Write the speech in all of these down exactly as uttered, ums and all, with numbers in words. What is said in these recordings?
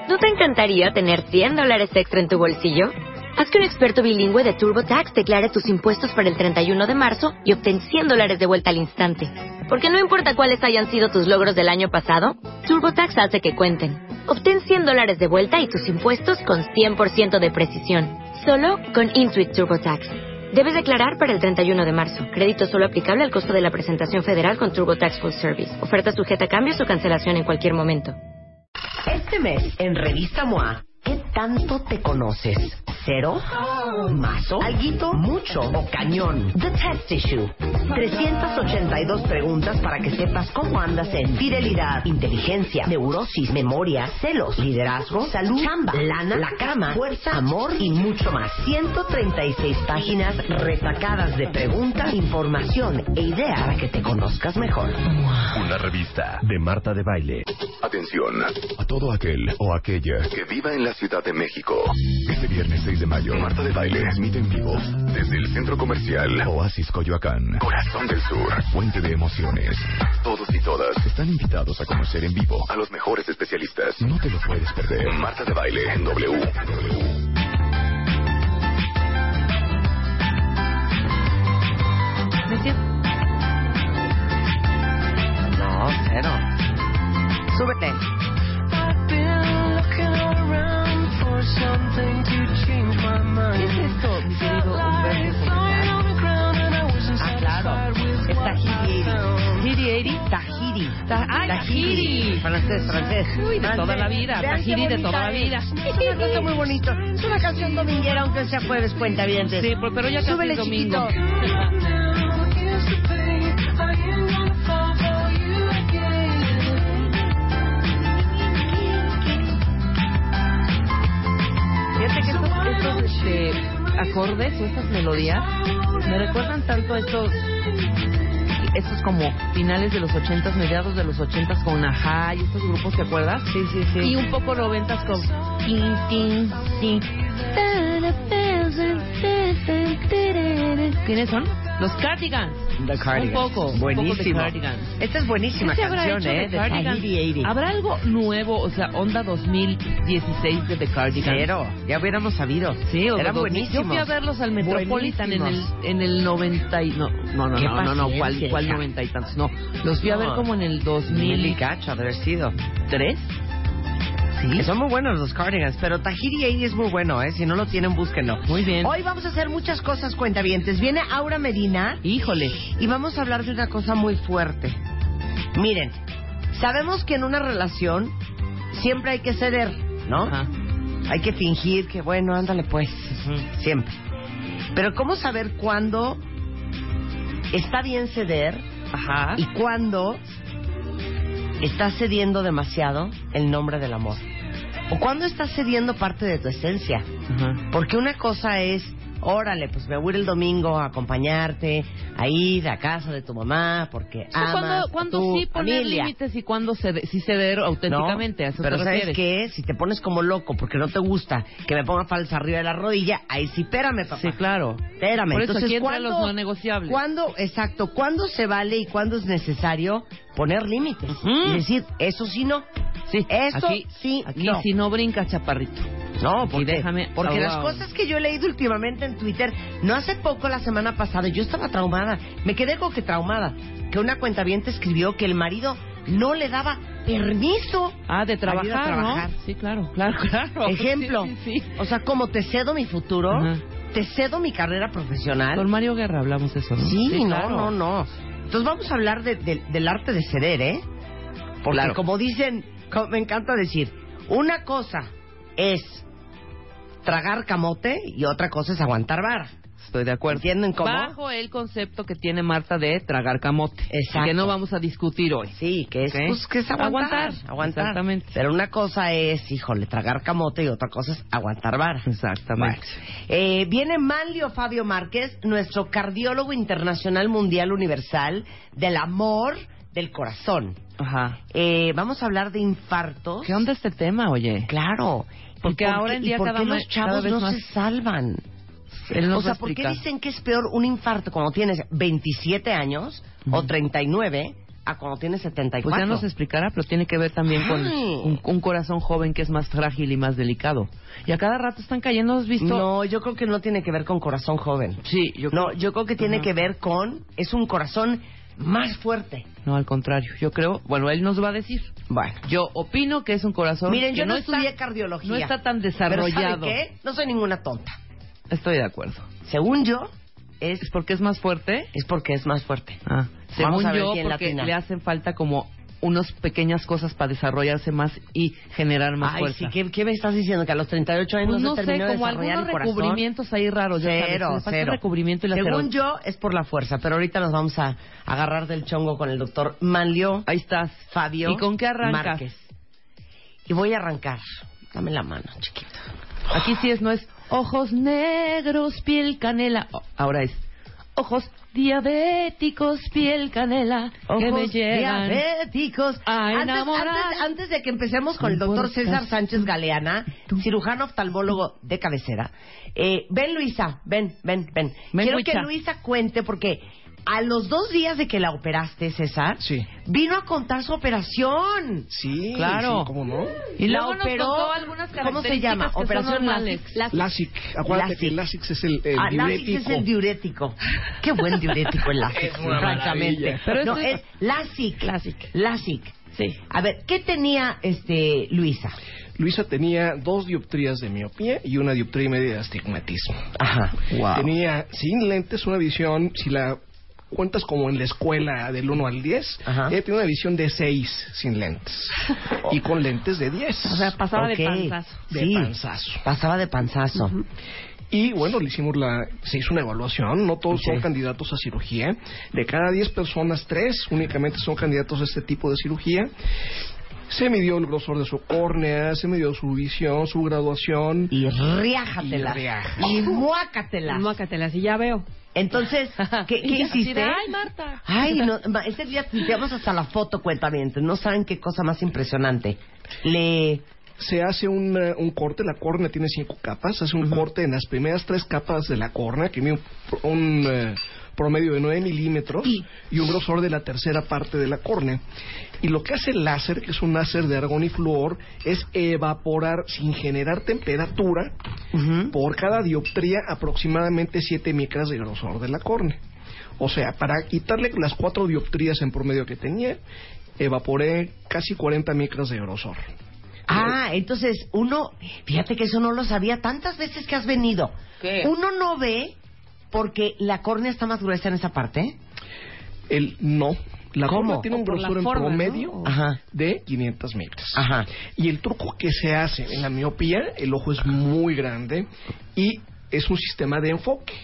¿No te encantaría tener cien dólares extra en tu bolsillo? Haz que un experto bilingüe de TurboTax declare tus impuestos para el treinta y uno de marzo y obtén cien dólares de vuelta al instante. Porque no importa cuáles hayan sido tus logros del año pasado, TurboTax hace que cuenten. Obtén cien dólares de vuelta y tus impuestos con cien por ciento de precisión. Solo con Intuit TurboTax. Debes declarar para el treinta y uno de marzo. Crédito solo aplicable al costo de la presentación federal con TurboTax Full Service. Oferta sujeta a cambios o cancelación en cualquier momento. Este mes, en Revista M O A, ¿qué tanto te conoces? ¿Cero? ¿Mazo? ¿Alguito? ¿Mucho? ¿O cañón? The Test Issue. trescientas ochenta y dos preguntas para que sepas cómo andas en fidelidad, inteligencia, neurosis, memoria, celos, liderazgo, salud, chamba, lana, la cama, fuerza, amor y mucho más. ciento treinta y seis páginas retacadas de preguntas, información e ideas para que te conozcas mejor. Una revista de Marta de Baile. Atención a todo aquel o aquella que viva en la Ciudad de México. Este viernes seis de mayo, Marta de Baile transmite en vivo desde el Centro Comercial Oasis Coyoacán, Corazón del Sur, fuente de emociones. Todos y todas están invitados a conocer en vivo a los mejores especialistas. No te lo puedes perder. Marta de Baile en W. No, cero. Súbete. ¿Qué es esto, mi querido Humberto? Ah, claro. Es Tahiri. Tahiri. Tahiri. Ta- ah, Tahiri. Francés, francés. Uy, de toda la vida. Vean qué Tahiri de bonita toda la es. vida. Es una cosa muy bonito. Es una canción dominguera, aunque sea jueves, cuenta bien. Sí, pero pero ya casi Súbele, es domingo. chiquito. Fíjate que estos, estos este, acordes o estas melodías me recuerdan tanto a estos, estos como finales de los ochentas, mediados de los ochentas con Ajá y estos grupos, ¿te acuerdas? Sí, sí, sí. Y un poco noventas con tin, tin, tin. ¿Quiénes son? Los Cardigans. The Cardigans. Un poco. Buenísimo. Un poco de Cardigans. Esta es buenísima ¿Qué se habrá canción, hecho ¿eh? de De Cardigans? Tahiri ochenta. ¿Habrá algo nuevo, o sea, onda dos mil dieciséis de The Cardigans? Cero. Ya hubiéramos sabido. Sí, o eran dos mil. buenísimos. Yo fui a verlos al Metropolitan en el Buenísimos. en el noventa y no, no, no, Qué no, no, no, ¿cuál paciencia, cuál hija. noventa y tantos? No, los fui a ver No. como en el dos Mil y mil cacho, ha de haber sido. tres. Sí. Son muy buenos los Cardigans, pero Tahiri ochenta es muy bueno, ¿eh? Si no lo tienen, búsquenlo. Muy bien. Hoy vamos a hacer muchas cosas, cuentavientes. Viene Aura Medina Híjole. y vamos a hablar de una cosa muy fuerte. Miren, sabemos que en una relación siempre hay que ceder, ¿no? Ajá. Hay que fingir que, bueno, ándale pues, Ujú. siempre. Pero ¿cómo saber cuándo está bien ceder Ajá. y cuándo estás cediendo demasiado el nombre del amor? ¿O cuándo estás cediendo parte de tu esencia? Ajá. Porque una cosa es, órale, pues me voy a ir el domingo a acompañarte, a ir a casa de tu mamá, porque O sea, amas ¿cuándo, a cuándo tu sí poner familia. límites y cuándo ceder, sí ceder auténticamente? ¿No? ¿A eso Pero te ¿sabes refieres? qué? Si te pones como loco porque no te gusta que me ponga falsa arriba de la rodilla, ahí sí, espérame, papá. Sí, claro. Espérame. Por eso Entonces, aquí entran ¿cuándo, los no negociables. ¿cuándo, exacto, cuándo se vale y cuándo es necesario poner límites? Ujú. Y decir, eso sí no. Sí, Eso aquí, sí aquí no. si no brincas, chaparrito. No, Y porque, déjame- porque oh, las wow. cosas que yo he leído últimamente en Twitter, no hace poco, la semana pasada, yo estaba traumada, me quedé como que traumada, que una cuentaviente escribió que el marido no le daba permiso Ah, de para ir a trabajar, trabajar. ¿no? Sí, claro, claro, claro. Ejemplo, Sí, sí, sí. o sea, como te cedo mi futuro, Ajá. te cedo mi carrera profesional. Con Mario Guerra hablamos de eso, ¿no? Sí, no, claro. no, no. Entonces vamos a hablar de- de- del arte de ceder, ¿eh? Porque Claro. como dicen, como me encanta decir, una cosa es tragar camote y otra cosa es aguantar vara. Estoy de acuerdo. ¿Entienden cómo? Bajo el concepto que tiene Marta de tragar camote. Exacto. Que no vamos a discutir hoy. Sí, que es, ¿Ok? pues, que es aguantar, Aguantar, aguantar. exactamente. Pero una cosa es, híjole, tragar camote y otra cosa es aguantar vara. Exactamente. Bueno, eh, viene Manlio Fabio Márquez, nuestro cardiólogo internacional mundial universal del amor del corazón. Ajá. Eh, vamos a hablar de infartos. ¿Qué onda este tema, oye? Claro. Porque ¿Y por ahora qué- en día ¿y por cada qué ma- los cada chavos vez no más- se salvan? Él nos O sea, va a ¿por qué explicar. dicen que es peor un infarto cuando tienes veintisiete años Ujú. o treinta y nueve a cuando tienes setenta y cuatro. Pues ya nos explicará, pero tiene que ver también Ay. con un, un corazón joven que es más frágil y más delicado. Y a cada rato están cayendo, ¿has visto? No, yo creo que no tiene que ver con corazón joven. Sí, yo No, creo... yo creo que tiene Ajá. que ver con... Es un corazón más fuerte. No, al contrario. Yo creo... Bueno, él nos va a decir. Bueno. Yo opino que es un corazón... Miren, que yo no, está- estudié cardiología. No está tan Pero desarrollado. ¿sabe qué? No soy ninguna tonta. Estoy de acuerdo. Según yo, es, ¿Es porque es más fuerte? es porque es más fuerte. Ah, Vamos según a ver yo, quién porque latina. le hacen falta como unas pequeñas cosas para desarrollarse más y generar más Ay, fuerza. sí, ¿qué, ¿qué me estás diciendo? Que a los treinta y ocho años Pues no no se sé, terminó de como desarrollar algunos el corazón. recubrimientos ahí raros. ya sabes, Cero, le falta cero. el recubrimiento y la Según cero- yo, es por la fuerza, pero ahorita nos vamos a agarrar del chongo con el doctor Manlio Ahí estás. Fabio ¿Y con qué arrancas? Márquez. Y voy a arrancar. Dame la mano, chiquito. Aquí sí es, no es ojos negros, piel canela. Oh, ahora es ojos diabéticos, piel canela, que me Ojos llegan diabéticos. a Antes, enamorar. antes, antes de que empecemos con el doctor César Sánchez Galeana, cirujano oftalmólogo de cabecera. Eh, ven, Luisa, ven, ven, ven. Ven, Quiero Luisa. que Luisa cuente porque a los dos días de que la operaste, César, Sí. vino a contar su operación. Sí, Claro. sí, ¿cómo no? Y La luego nos operó, contó algunas ¿cómo se características llama? que son Operación normales. LASIK. LASIK. Acuérdate LASIK. que el LASIK es el, el Ah, LASIK diurético. es el diurético. Qué buen diurético el LASIK, Es una francamente. maravilla. Pero no, este es LASIK. LASIK. LASIK. Sí. A ver, ¿qué tenía este Luisa? Luisa tenía dos dioptrías de miopía y una dioptría y media de astigmatismo. Ajá. Wow. Tenía sin lentes una visión, si la cuentas como en la escuela del uno al diez, Ajá. ella tenía una visión de seis sin lentes y con lentes de diez. O sea, pasaba Ok. de panzazo. de Sí. panzazo. Pasaba de panzazo. Y bueno, le hicimos la, se hizo una evaluación, no todos Sí. son candidatos a cirugía. De cada diez personas, tres únicamente son candidatos a este tipo de cirugía. Se midió el grosor de su córnea, se midió su visión, su graduación. Y riájatela. Y riájatela. Y muácatela. Muácatelas, y ya veo. Entonces, ¿qué, qué Y así hiciste? de, Ay, Marta. Ay, no, ma- ese día tuiteamos hasta la foto, cuentamientos. No saben qué cosa más impresionante. Le... Se hace un, eh, un corte, la córnea tiene cinco capas, se hace un corte en las primeras tres capas de la córnea, que mide un, un, eh, promedio de nueve milímetros y un grosor de la tercera parte de la córnea. Y lo que hace el láser, que es un láser de argón y flúor, es evaporar sin generar temperatura Ujú. por cada dioptría aproximadamente siete micras de grosor de la córnea. O sea, para quitarle las cuatro dioptrías en promedio que tenía, evaporé casi cuarenta micras de grosor. Ah, entonces uno, fíjate que eso no lo sabía tantas veces que has venido. ¿Qué? Uno no ve porque la córnea está más gruesa en esa parte. El no. La ¿Cómo? córnea tiene un O por la grosor en forma, promedio ¿no? Ajá. de quinientas micras. Ajá. Y el truco que se hace en la miopía, el ojo es muy grande y es un sistema de enfoque.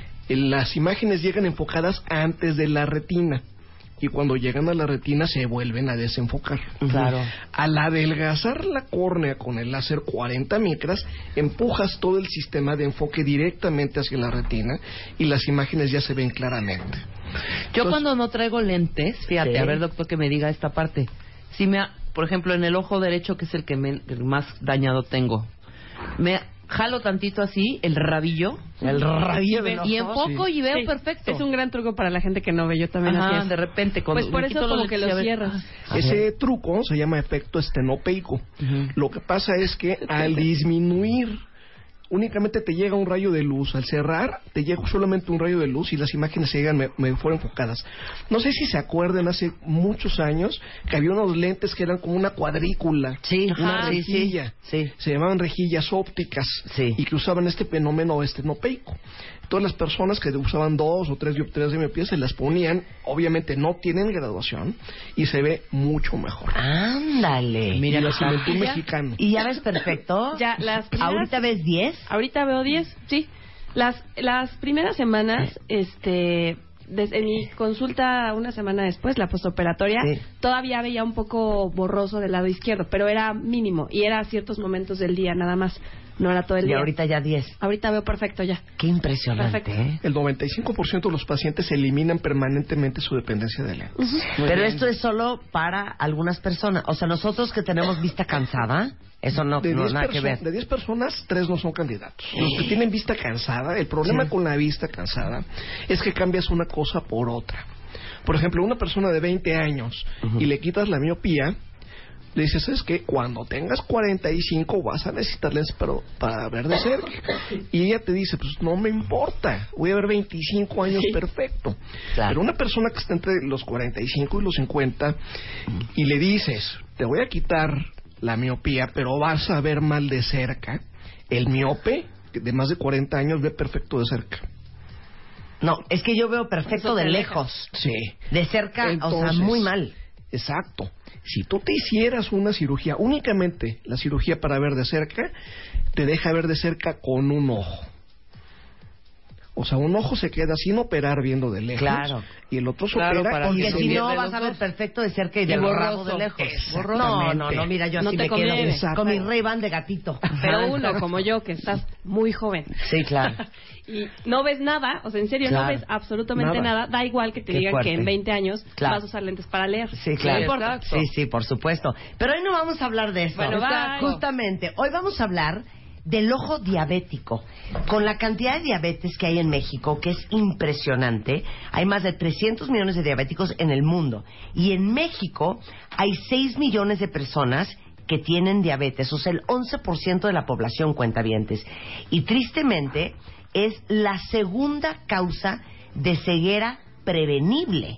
Las imágenes llegan enfocadas antes de la retina y cuando llegan a la retina se vuelven a desenfocar. Claro. Al adelgazar la córnea con el láser cuarenta micras, empujas todo el sistema de enfoque directamente hacia la retina y las imágenes ya se ven claramente. Yo Entonces- cuando no traigo lentes, fíjate, Sí. a ver, doctor, que me diga esta parte. Si me, ha- por ejemplo, en el ojo derecho, que es el que me, el más dañado tengo, me jalo tantito así, el rabillo, El rabillo del y ojo. enfoco y veo Sí, perfecto. Es un gran truco para la gente que no ve. Yo también Ajá, así es. de repente, cuando Pues por me eso quito como los que lentes, lo a ver, cierras. A Ese ver. truco se llama efecto estenopeico. Ujú. Lo que pasa es que al disminuir únicamente te llega un rayo de luz. Al cerrar, te llega solamente un rayo de luz y las imágenes se llegan me- mejor enfocadas. No sé si se acuerdan, hace muchos años que había unos lentes que eran como una cuadrícula, Sí, una ajá, sí, sí, rejilla. sí. Se llamaban rejillas ópticas Sí. y que usaban este fenómeno estenopeico. Todas las personas que usaban dos o tres dioptrías de miopía se las ponían, obviamente no tienen graduación y se ve mucho mejor. Ándale. Mira, qué la tal. inventó un mexicano. ¿Y ya ves perfecto? Ya, las primeras- ¿Ahorita ves diez? Ahorita veo diez, sí. Las, las primeras semanas, este, desde mi consulta una semana después, la postoperatoria, Sí. todavía veía un poco borroso del lado izquierdo, pero era mínimo y era a ciertos momentos del día nada más, no era todo el Y día. ahorita ya diez. Ahorita veo perfecto ya. Qué impresionante, Perfecto. ¿eh? El noventa y cinco por ciento de los pacientes eliminan permanentemente su dependencia de lentes. Pero esto es solo para algunas personas. O sea, nosotros que tenemos vista cansada, eso no, De no diez nada que perso- ver. de diez personas, tres no son candidatos. Los que tienen vista cansada, el problema Sí. con la vista cansada es que cambias una cosa por otra. Por ejemplo, una persona de veinte años uh-huh. y le quitas la miopía, le dices, es que cuando tengas cuarenta y cinco vas a necesitar lentes para, para ver de cerca. Y ella te dice, pues no me importa, voy a ver veinticinco años, sí. perfecto. Claro. Pero una persona que está entre los cuarenta y cinco y los cincuenta y le dices, te voy a quitar la miopía, pero vas a ver mal de cerca, el miope de más de cuarenta años ve perfecto de cerca. No, es que yo veo perfecto de lejos. Sí. De cerca, Entonces, o sea, muy mal. Exacto. Si tú te hicieras una cirugía, únicamente la cirugía para ver de cerca, te deja ver de cerca con un ojo. O sea, un ojo se queda sin operar viendo de lejos. Claro. Y el otro se claro, opera. Porque si no vas a ver perfecto de cerca y de borrado de lejos. No, no, no, mira, yo así no me conviene. quedo con mi Ray-Ban de gatito. Pero uno como yo, que estás muy joven. Sí, claro. Y no ves nada, o sea, en serio, claro. no ves absolutamente nada. nada. Da igual que te Qué digan fuerte. que en veinte años claro. vas a usar lentes para leer. Sí, claro. Sí, sí, por supuesto. Pero hoy no vamos a hablar de eso. Bueno, va. Justamente, hoy vamos a hablar del ojo diabético. Con la cantidad de diabetes que hay en México, que es impresionante, hay más de trescientos millones de diabéticos en el mundo. Y en México hay seis millones de personas que tienen diabetes, o sea, el once por ciento de la población cuentavientes. Y tristemente es la segunda causa de ceguera prevenible.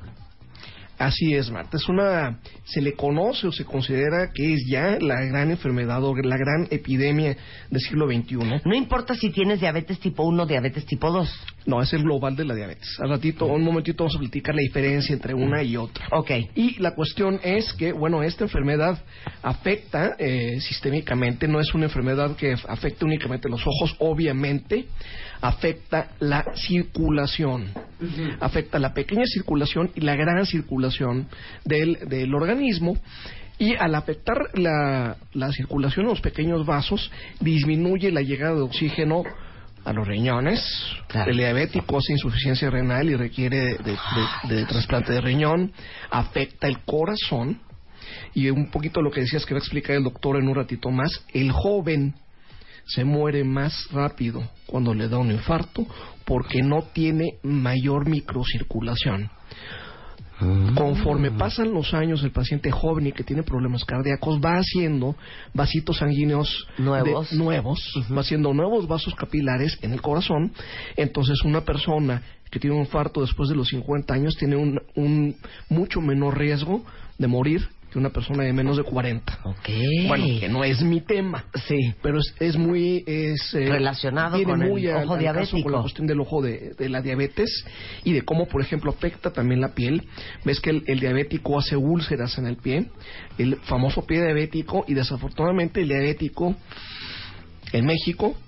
Así es, Marta. Es una, se le conoce o se considera que es ya la gran enfermedad o la gran epidemia del siglo veintiuno. No importa si tienes diabetes tipo uno o diabetes tipo dos. No, es el global de la diabetes. Al ratito, un momentito vamos a platicar la diferencia entre una y otra. Ok. Y la cuestión es que, bueno, esta enfermedad afecta eh, sistémicamente, no es una enfermedad que afecta únicamente los ojos, obviamente afecta la circulación, uh-huh. afecta la pequeña circulación y la gran circulación del, del organismo, y al afectar la, la circulación en los pequeños vasos disminuye la llegada de oxígeno a los riñones. Claro. El diabético hace insuficiencia renal y requiere de, de, de, de trasplante de riñón, afecta el corazón, y un poquito lo que decías que va a explicar el doctor en un ratito más, el joven se muere más rápido cuando le da un infarto porque no tiene mayor microcirculación. Conforme pasan los años, el paciente joven y que tiene problemas cardíacos va haciendo vasitos sanguíneos nuevos, de, nuevos uh-huh. va haciendo nuevos vasos capilares en el corazón. Entonces una persona que tiene un infarto después de los cincuenta años tiene un, un mucho menor riesgo de morir que una persona de menos de cuarenta. Okay. Bueno, que no es mi tema, sí, pero es, es muy es, eh, relacionado con muy el al, ojo al diabético, con la cuestión del ojo de, de la diabetes y de cómo, por ejemplo, afecta también la piel. Ves que el, el diabético hace úlceras en el pie, el famoso pie diabético, y desafortunadamente el diabético en México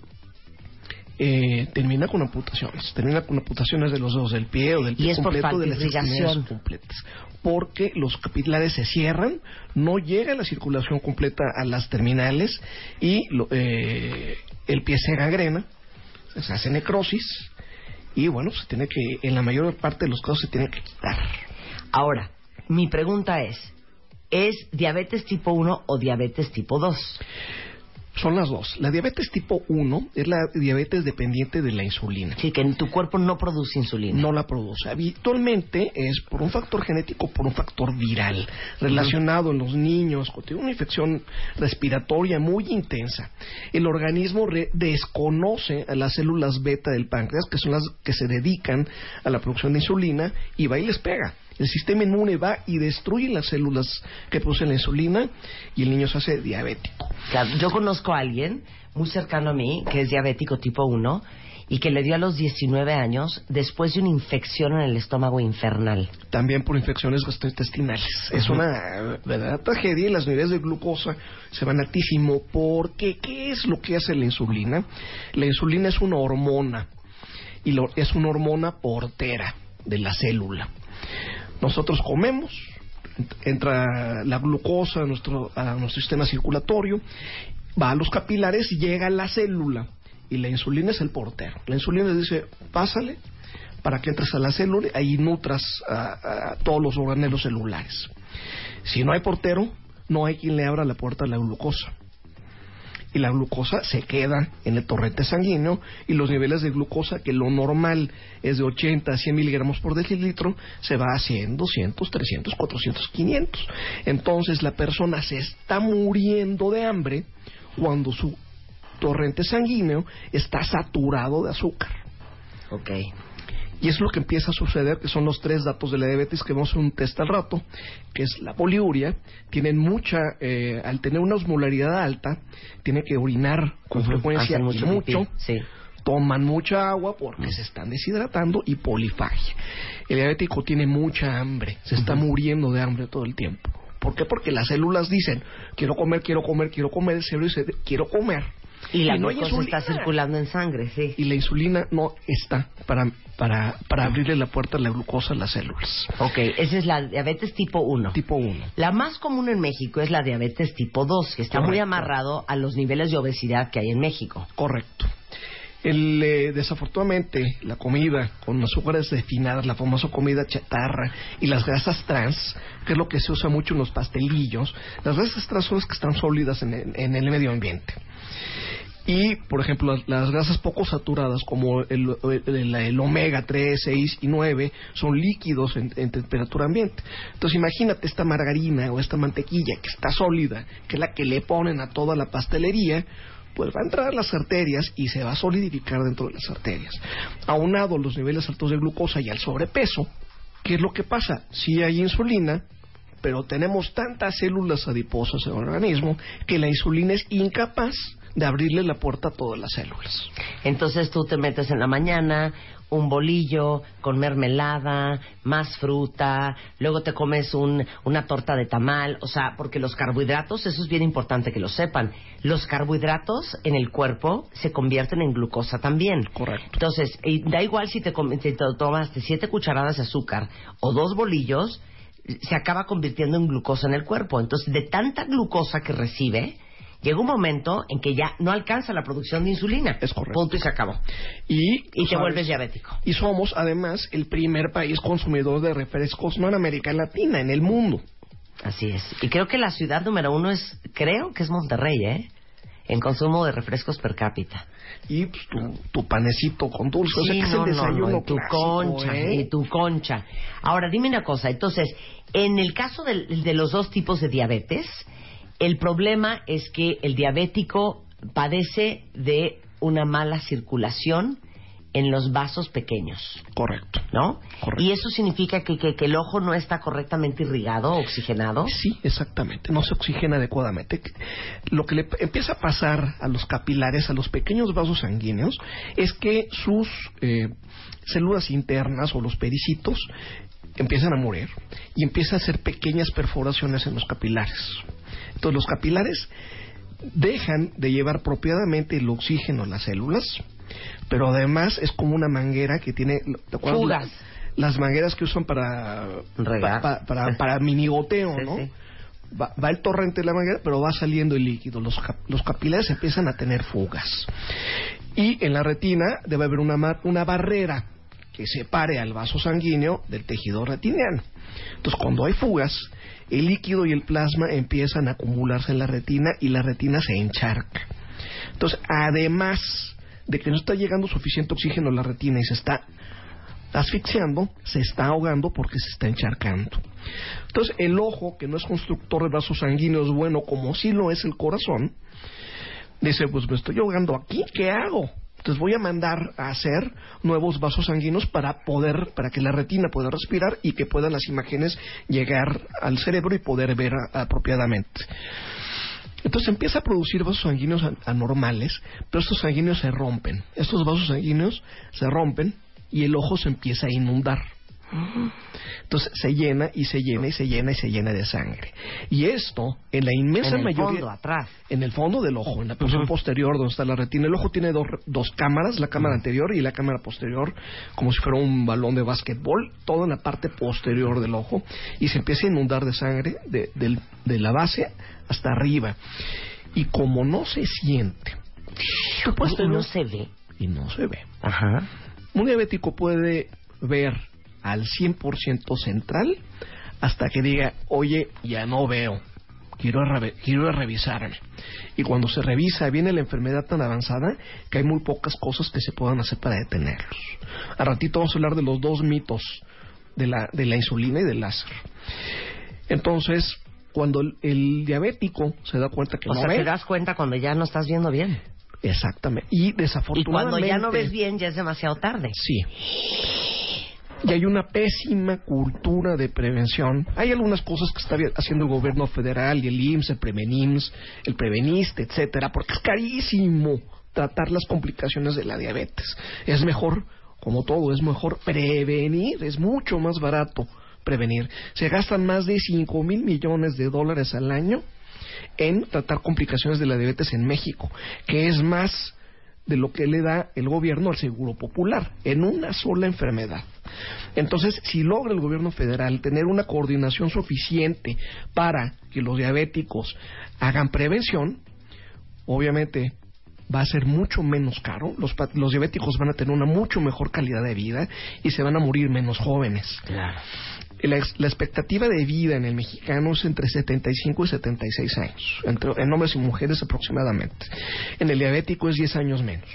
Eh, termina con amputaciones, termina con amputaciones de los dedos del pie o del pie completo, de las extremidades completas, porque los capilares se cierran, no llega la circulación completa a las terminales y lo, eh, el pie se gangrena, se hace necrosis y bueno, se tiene que, en la mayor parte de los casos se tiene que quitar. Ahora, mi pregunta es, ¿es diabetes tipo uno o diabetes tipo dos? Son las dos. La diabetes tipo uno es la diabetes dependiente de la insulina. Sí, que en tu cuerpo no produce insulina. No la produce. Habitualmente es por un factor genético, por un factor viral, relacionado uh-huh. en los niños, con una infección respiratoria muy intensa. El organismo re- desconoce a las células beta del páncreas, que son las que se dedican a la producción de insulina, y va y les pega. El sistema inmune va y destruye las células que producen la insulina y el niño se hace diabético. Claro, yo conozco a alguien muy cercano a mí que es diabético tipo uno y que le dio a los diecinueve años después de una infección en el estómago infernal. También por infecciones gastrointestinales. Uh-huh. Es una verdadera tragedia y las niveles de glucosa se van altísimo. Porque, ¿qué es lo que hace la insulina? La insulina es una hormona y lo, es una hormona portera de la célula. Nosotros comemos, entra la glucosa a nuestro, a nuestro sistema circulatorio, va a los capilares y llega a la célula. Y la insulina es el portero. La insulina dice, pásale para que entres a la célula y ahí nutras a, a todos los organelos celulares. Si no hay portero, no hay quien le abra la puerta a la glucosa. y la glucosa se queda en el torrente sanguíneo y los niveles de glucosa, que lo normal es de ochenta a cien miligramos por decilitro, se va a cien, doscientos, trescientos, cuatrocientos, quinientos. Entonces la persona se está muriendo de hambre cuando su torrente sanguíneo está saturado de azúcar. Ok. Y es lo que empieza a suceder, que son los tres datos de la diabetes que vamos a hacer un test al rato, que es la poliuria. Tienen mucha, eh, al tener una osmolaridad alta, tienen que orinar con uh-huh. frecuencia y mucho, mucho. Sí. Toman mucha agua porque uh-huh. se están deshidratando, y polifagia. El diabético tiene mucha hambre, se está uh-huh. muriendo de hambre todo el tiempo. ¿Por qué? Porque las células dicen, quiero comer, quiero comer, quiero comer, el cerebro dice, quiero comer. Y la y no glucosa está circulando en sangre, sí. Y la insulina no está para para para abrirle la puerta a la glucosa a las células. Ok, esa es la diabetes tipo uno. Tipo uno. La más común en México es la diabetes tipo dos, que está Correcto. Muy amarrado a los niveles de obesidad que hay en México. Correcto. El, eh, desafortunadamente, la comida con azúcares refinadas, la famosa comida chatarra, y las grasas trans, que es lo que se usa mucho en los pastelillos, las grasas trans son las que están sólidas en el, en el medio ambiente. Y, por ejemplo, las, las grasas poco saturadas, como el, el, el, el omega tres, seis y nueve, son líquidos en, en temperatura ambiente. Entonces, imagínate esta margarina o esta mantequilla que está sólida, que es la que le ponen a toda la pastelería, pues va a entrar a las arterias y se va a solidificar dentro de las arterias. Aunado a los niveles altos de glucosa y al sobrepeso, ¿qué es lo que pasa? Sí hay insulina, pero tenemos tantas células adiposas en el organismo que la insulina es incapaz de abrirle la puerta a todas las células. Entonces tú te metes en la mañana un bolillo con mermelada, más fruta, luego te comes un, una torta de tamal, o sea, porque los carbohidratos, eso es bien importante que lo sepan, los carbohidratos en el cuerpo se convierten en glucosa también. Correcto. Entonces, y da igual si te, si te tomaste siete cucharadas de azúcar o dos bolillos, se acaba convirtiendo en glucosa en el cuerpo. Entonces, de tanta glucosa que recibe, llega un momento en que ya no alcanza la producción de insulina. Es correcto. Punto y se acabó. Y, y te sabes, vuelves diabético. Y somos, además, el primer país consumidor de refrescos, no en América Latina, en el mundo. Así es. Y creo que la ciudad número uno es, creo que es Monterrey, ¿eh? En consumo de refrescos per cápita. Y pues, tu, tu panecito con dulce. Sí, o sea, que no, es el desayuno no, no. Y tu clásico, concha, ¿eh? y tu concha. Ahora, dime una cosa. Entonces, en el caso de, de los dos tipos de diabetes, el problema es que el diabético padece de una mala circulación en los vasos pequeños. Correcto. ¿No? Correcto. ¿Y eso significa que, que, que el ojo no está correctamente irrigado, oxigenado? Sí, exactamente. No se oxigena adecuadamente. Lo que le empieza a pasar a los capilares, a los pequeños vasos sanguíneos, es que sus eh, células internas o los pericitos empiezan a morir y empiezan a hacer pequeñas perforaciones en los capilares. Entonces los capilares dejan de llevar apropiadamente el oxígeno a las células, pero además es como una manguera que tiene fugas. Las mangueras que usan para regar, pa, pa, para, para minigoteo, sí, ¿no? Sí. Va, va el torrente de la manguera, pero va saliendo el líquido. Los, los capilares empiezan a tener fugas. Y en la retina debe haber una, una barrera que separe al vaso sanguíneo del tejido retiniano. Entonces, cuando hay fugas, el líquido y el plasma empiezan a acumularse en la retina y la retina se encharca. Entonces, además de que no está llegando suficiente oxígeno a la retina y se está asfixiando, se está ahogando porque se está encharcando. Entonces, el ojo, que no es constructor de vasos sanguíneos bueno como sí lo es el corazón, dice, pues me estoy ahogando aquí, ¿qué hago? Entonces voy a mandar a hacer nuevos vasos sanguíneos para poder, para que la retina pueda respirar y que puedan las imágenes llegar al cerebro y poder ver a, apropiadamente. Entonces empieza a producir vasos sanguíneos anormales, pero estos sanguíneos se rompen. Estos vasos sanguíneos se rompen y el ojo se empieza a inundar. Entonces se llena y se llena y se llena y se llena de sangre. Y esto, en la inmensa en el mayoría, fondo, atrás. en el fondo del ojo, en la porción uh-huh. posterior donde está la retina. El ojo tiene dos, dos cámaras, la cámara uh-huh. anterior y la cámara posterior, como si fuera un balón de básquetbol, todo en la parte posterior del ojo, y se empieza a inundar de sangre de, de, de la base hasta arriba. Y como no se siente, y no se ve, y no se ve. Ajá. Un diabético puede ver al cien por ciento central hasta que diga, oye, ya no veo. quiero, re- quiero revisarme. Y cuando se revisa, viene la enfermedad tan avanzada que hay muy pocas cosas que se puedan hacer para detenerlos. A ratito vamos a hablar de los dos mitos de la, de la insulina y del láser. Entonces, cuando el, el diabético se da cuenta que o no sea, ve... te das cuenta cuando ya no estás viendo bien. Exactamente. Y desafortunadamente... Y cuando ya no ves bien, ya es demasiado tarde. Sí. Y hay una pésima cultura de prevención. Hay algunas cosas que está haciendo el gobierno federal y el I M S S, el Prevenims, el Preveniste, etcétera, porque es carísimo tratar las complicaciones de la diabetes. Es mejor, como todo, es mejor prevenir, es mucho más barato prevenir. Se gastan más de cinco mil millones de dólares al año en tratar complicaciones de la diabetes en México, que es más de lo que le da el gobierno al Seguro Popular, en una sola enfermedad. Entonces, si logra el gobierno federal tener una coordinación suficiente para que los diabéticos hagan prevención, obviamente va a ser mucho menos caro, los, los diabéticos van a tener una mucho mejor calidad de vida y se van a morir menos jóvenes. Claro. La, la expectativa de vida en el mexicano es entre setenta y cinco y setenta y seis años, entre, en hombres y mujeres aproximadamente. En el diabético es diez años menos.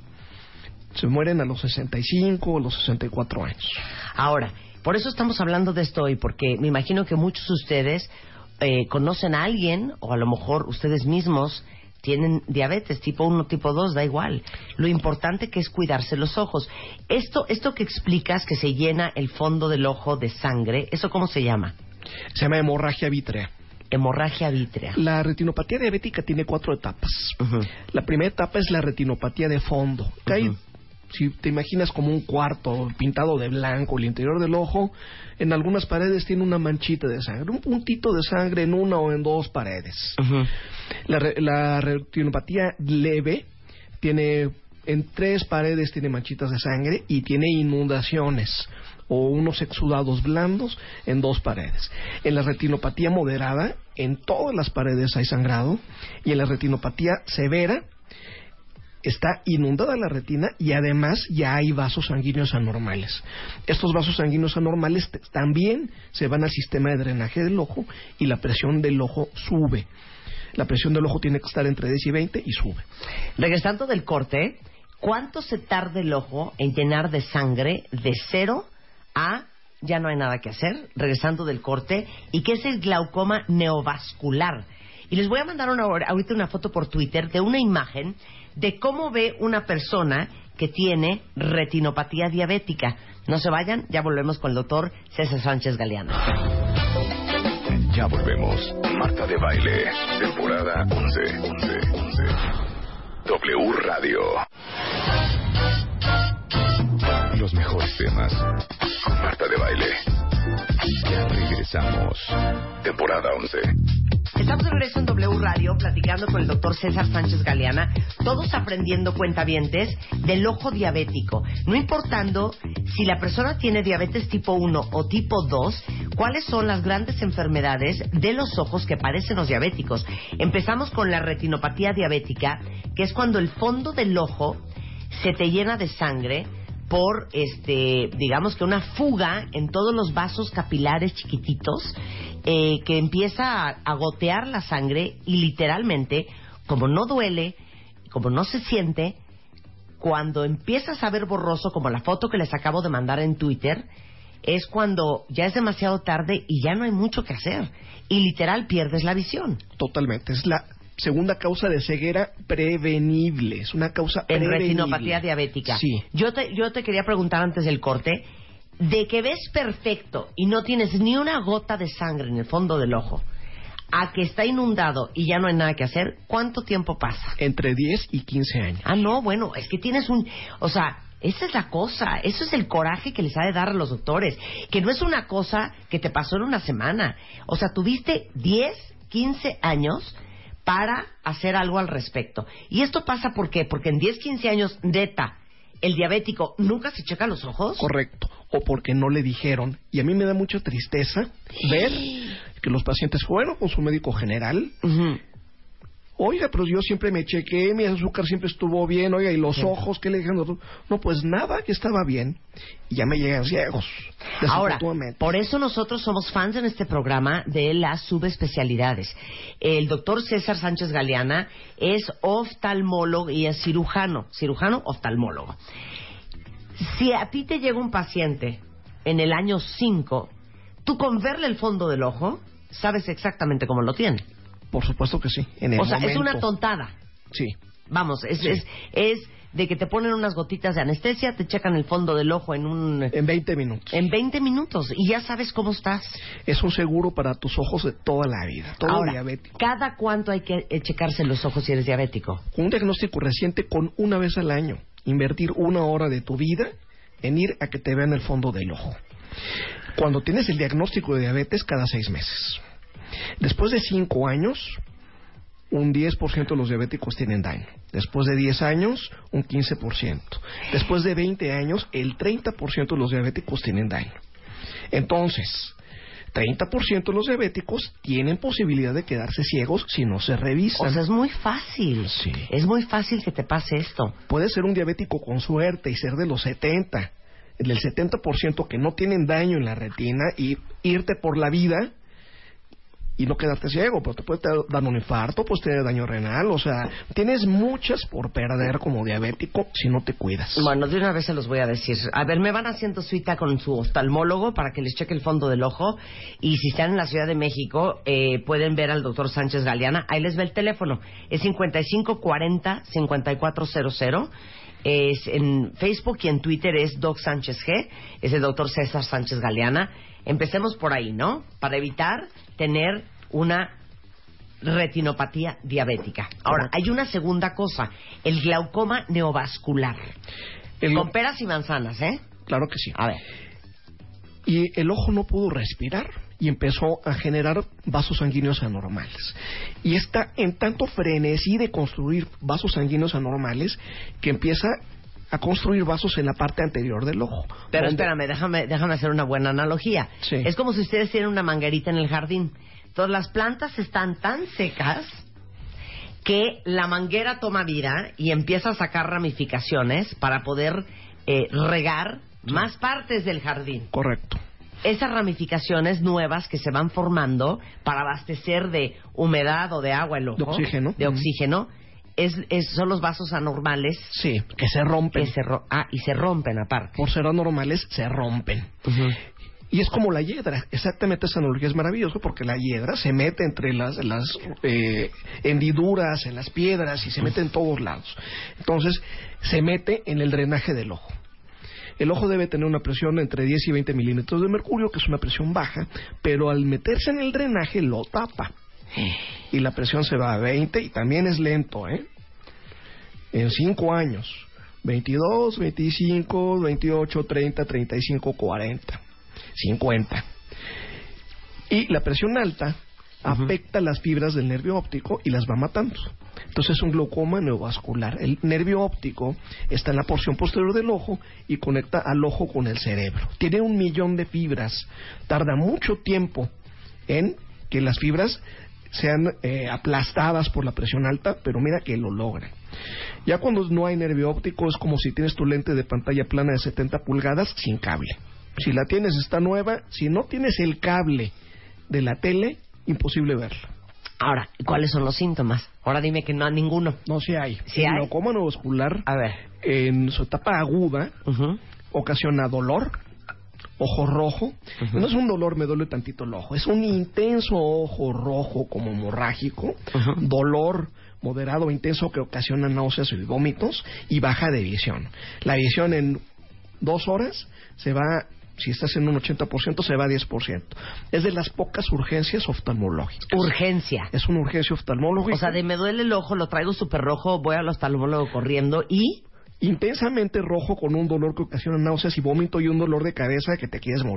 Se mueren a los sesenta y cinco o los sesenta y cuatro años. Ahora, por eso estamos hablando de esto hoy, porque me imagino que muchos de ustedes eh, conocen a alguien, o a lo mejor ustedes mismos tienen diabetes tipo uno, tipo dos, da igual. Lo importante que es cuidarse los ojos. Esto esto que explicas, que se llena el fondo del ojo de sangre, ¿eso cómo se llama? Se llama hemorragia vítrea. Hemorragia vítrea. La retinopatía diabética tiene cuatro etapas. Uh-huh. La primera etapa es la retinopatía de fondo. Que hay, uh-huh. Si te imaginas como un cuarto pintado de blanco, el interior del ojo, en algunas paredes tiene una manchita de sangre, un puntito de sangre en una o en dos paredes. Uh-huh. La, la retinopatía leve tiene en tres paredes tiene manchitas de sangre y tiene inundaciones o unos exudados blandos en dos paredes. En la retinopatía moderada, en todas las paredes hay sangrado, y en la retinopatía severa está inundada la retina y además ya hay vasos sanguíneos anormales. Estos vasos sanguíneos anormales t- también se van al sistema de drenaje del ojo y la presión del ojo sube. La presión del ojo tiene que estar entre diez y veinte y sube. Regresando del corte, ¿cuánto se tarda el ojo en llenar de sangre de cero a ya no hay nada que hacer? Regresando del corte, ¿y qué es el glaucoma neovascular? Y les voy a mandar una, ahorita una foto por Twitter de una imagen de cómo ve una persona que tiene retinopatía diabética. No se vayan, ya volvemos con el doctor César Sánchez Galeano. Ya volvemos. Marta de Baile, temporada once. once, once. W Radio. Los mejores temas con Marta de Baile. Ya regresamos. Temporada once. Estamos de regreso en W Radio platicando con el doctor César Sánchez Galeana, todos aprendiendo, cuentavientes, del ojo diabético. No importando si la persona tiene diabetes tipo uno o tipo dos, cuáles son las grandes enfermedades de los ojos que padecen los diabéticos. Empezamos con la retinopatía diabética, que es cuando el fondo del ojo se te llena de sangre por, este, digamos que una fuga en todos los vasos capilares chiquititos, eh, que empieza a, a gotear la sangre y literalmente, como no duele, como no se siente, cuando empiezas a ver borroso, como la foto que les acabo de mandar en Twitter, es cuando ya es demasiado tarde y ya no hay mucho que hacer y literal pierdes la visión. Totalmente, es la segunda causa de ceguera prevenible, es una causa en prevenible. retinopatía diabética. Sí. Yo te, yo te quería preguntar antes del corte, de que ves perfecto y no tienes ni una gota de sangre en el fondo del ojo, a que está inundado y ya no hay nada que hacer, ¿cuánto tiempo pasa? Entre diez y quince años. Ah, no, bueno, es que tienes un... O sea, esa es la cosa, eso es el coraje que les ha de dar a los doctores, que no es una cosa que te pasó en una semana. O sea, tuviste diez, quince años para hacer algo al respecto. ¿Y esto pasa por qué? Porque en diez, quince años, neta, el diabético nunca se checa los ojos. Correcto. O porque no le dijeron. Y a mí me da mucha tristeza ver que los pacientes fueron con su médico general. Uh-huh. Oiga, pero yo siempre me chequeé, mi azúcar siempre estuvo bien, oiga, y los sí. ojos, ¿qué le dijeron? No, pues nada, que estaba bien. Y ya me llegan ciegos. Ahora, por eso nosotros somos fans en este programa de las subespecialidades. El doctor César Sánchez Galeana es oftalmólogo y es cirujano. Cirujano, oftalmólogo. Si a ti te llega un paciente en el año cinco, tú con verle el fondo del ojo, sabes exactamente cómo lo tiene. Por supuesto que sí. En el o sea, momento. Es una tontada. Sí. Vamos, es, sí. es es de que te ponen unas gotitas de anestesia, te checan el fondo del ojo en un... En veinte minutos. En veinte minutos, y ya sabes cómo estás. Es un seguro para tus ojos de toda la vida. Todo Ahora, diabético. ¿cada cuánto hay que checarse los ojos si eres diabético? Un diagnóstico reciente con una vez al año. Invertir una hora de tu vida en ir a que te vean el fondo del ojo. Cuando tienes el diagnóstico de diabetes, cada seis meses. Después de cinco años, un diez por ciento de los diabéticos tienen daño. Después de diez años, un quince por ciento. Después de veinte años, el treinta por ciento de los diabéticos tienen daño. Entonces, treinta por ciento de los diabéticos tienen posibilidad de quedarse ciegos si no se revisan. O sea, es muy fácil. Sí. Es muy fácil que te pase esto. Puedes ser un diabético con suerte y ser de los setenta, del setenta por ciento que no tienen daño en la retina y irte por la vida y no quedarte ciego, pero te puede dar un infarto, pues te da daño renal, o sea, tienes muchas por perder como diabético si no te cuidas. Bueno, de una vez se los voy a decir. A ver, me van haciendo cita con su oftalmólogo para que les cheque el fondo del ojo, y si están en la Ciudad de México, eh, pueden ver al doctor Sánchez Galeana. Ahí les ve el teléfono, es cincuenta y cinco cuarenta, cincuenta y cuatro cero cero. Es en Facebook y en Twitter es Doc Sánchez G, es el doctor César Sánchez Galeana. Empecemos por ahí, ¿no? Para evitar tener una retinopatía diabética. Ahora, hay una segunda cosa, el glaucoma neovascular. El... Con peras y manzanas, ¿eh? Claro que sí. A ver. Y el ojo no pudo respirar y empezó a generar vasos sanguíneos anormales. Y está en tanto frenesí de construir vasos sanguíneos anormales que empieza a construir vasos en la parte anterior del ojo. Pero donde... espérame, déjame, déjame hacer una buena analogía. Sí. Es como si ustedes tienen una manguerita en el jardín. Entonces las plantas están tan secas que la manguera toma vida y empieza a sacar ramificaciones para poder eh, regar sí. más partes del jardín. Correcto. Esas ramificaciones nuevas que se van formando para abastecer de humedad o de agua el ojo, de oxígeno, de oxígeno es, es, son los vasos anormales. Sí, que se rompen. Que se ro- ah, y se rompen aparte. Por ser anormales, se rompen. Uh-huh. Y es como la hiedra, exactamente esa analogía es maravillosa porque la hiedra se mete entre las, las eh, hendiduras, en las piedras y se mete en todos lados. Entonces, se mete en el drenaje del ojo. El ojo debe tener una presión entre diez y veinte milímetros de mercurio, que es una presión baja, pero al meterse en el drenaje lo tapa. Y la presión se va a veinte y también es lento, ¿eh? En cinco años, veintidós, veinticinco, veintiocho, treinta, treinta y cinco, cuarenta, cincuenta. Y la presión alta uh-huh. afecta las fibras del nervio óptico y las va matando. Entonces es un glaucoma neovascular. El nervio óptico está en la porción posterior del ojo y conecta al ojo con el cerebro. Tiene un millón de fibras. Tarda mucho tiempo en que las fibras sean eh, aplastadas por la presión alta, pero mira que lo logran. Ya cuando no hay nervio óptico es como si tienes tu lente de pantalla plana de setenta pulgadas sin cable. Si la tienes está nueva, si no tienes el cable de la tele, imposible verla. Ahora, ¿cuáles son los síntomas? Ahora dime que no hay ninguno. No, sí hay. ¿Sí el hay? glaucoma neovascular, a ver, en su etapa aguda, uh-huh. ocasiona dolor, ojo rojo. Uh-huh. No es un dolor, me duele tantito el ojo. Es un intenso ojo rojo como hemorrágico, uh-huh. dolor moderado, intenso que ocasiona náuseas y vómitos y baja de visión. La visión en dos horas se va... Si estás en un ochenta por ciento, se va a diez por ciento. Es de las pocas urgencias oftalmológicas. Urgencia. Es una urgencia oftalmológica. O sea, de me duele el ojo, lo traigo súper rojo, voy al oftalmólogo corriendo y... Intensamente rojo con un dolor que ocasiona náuseas y vómito y un dolor de cabeza que te quieres morir.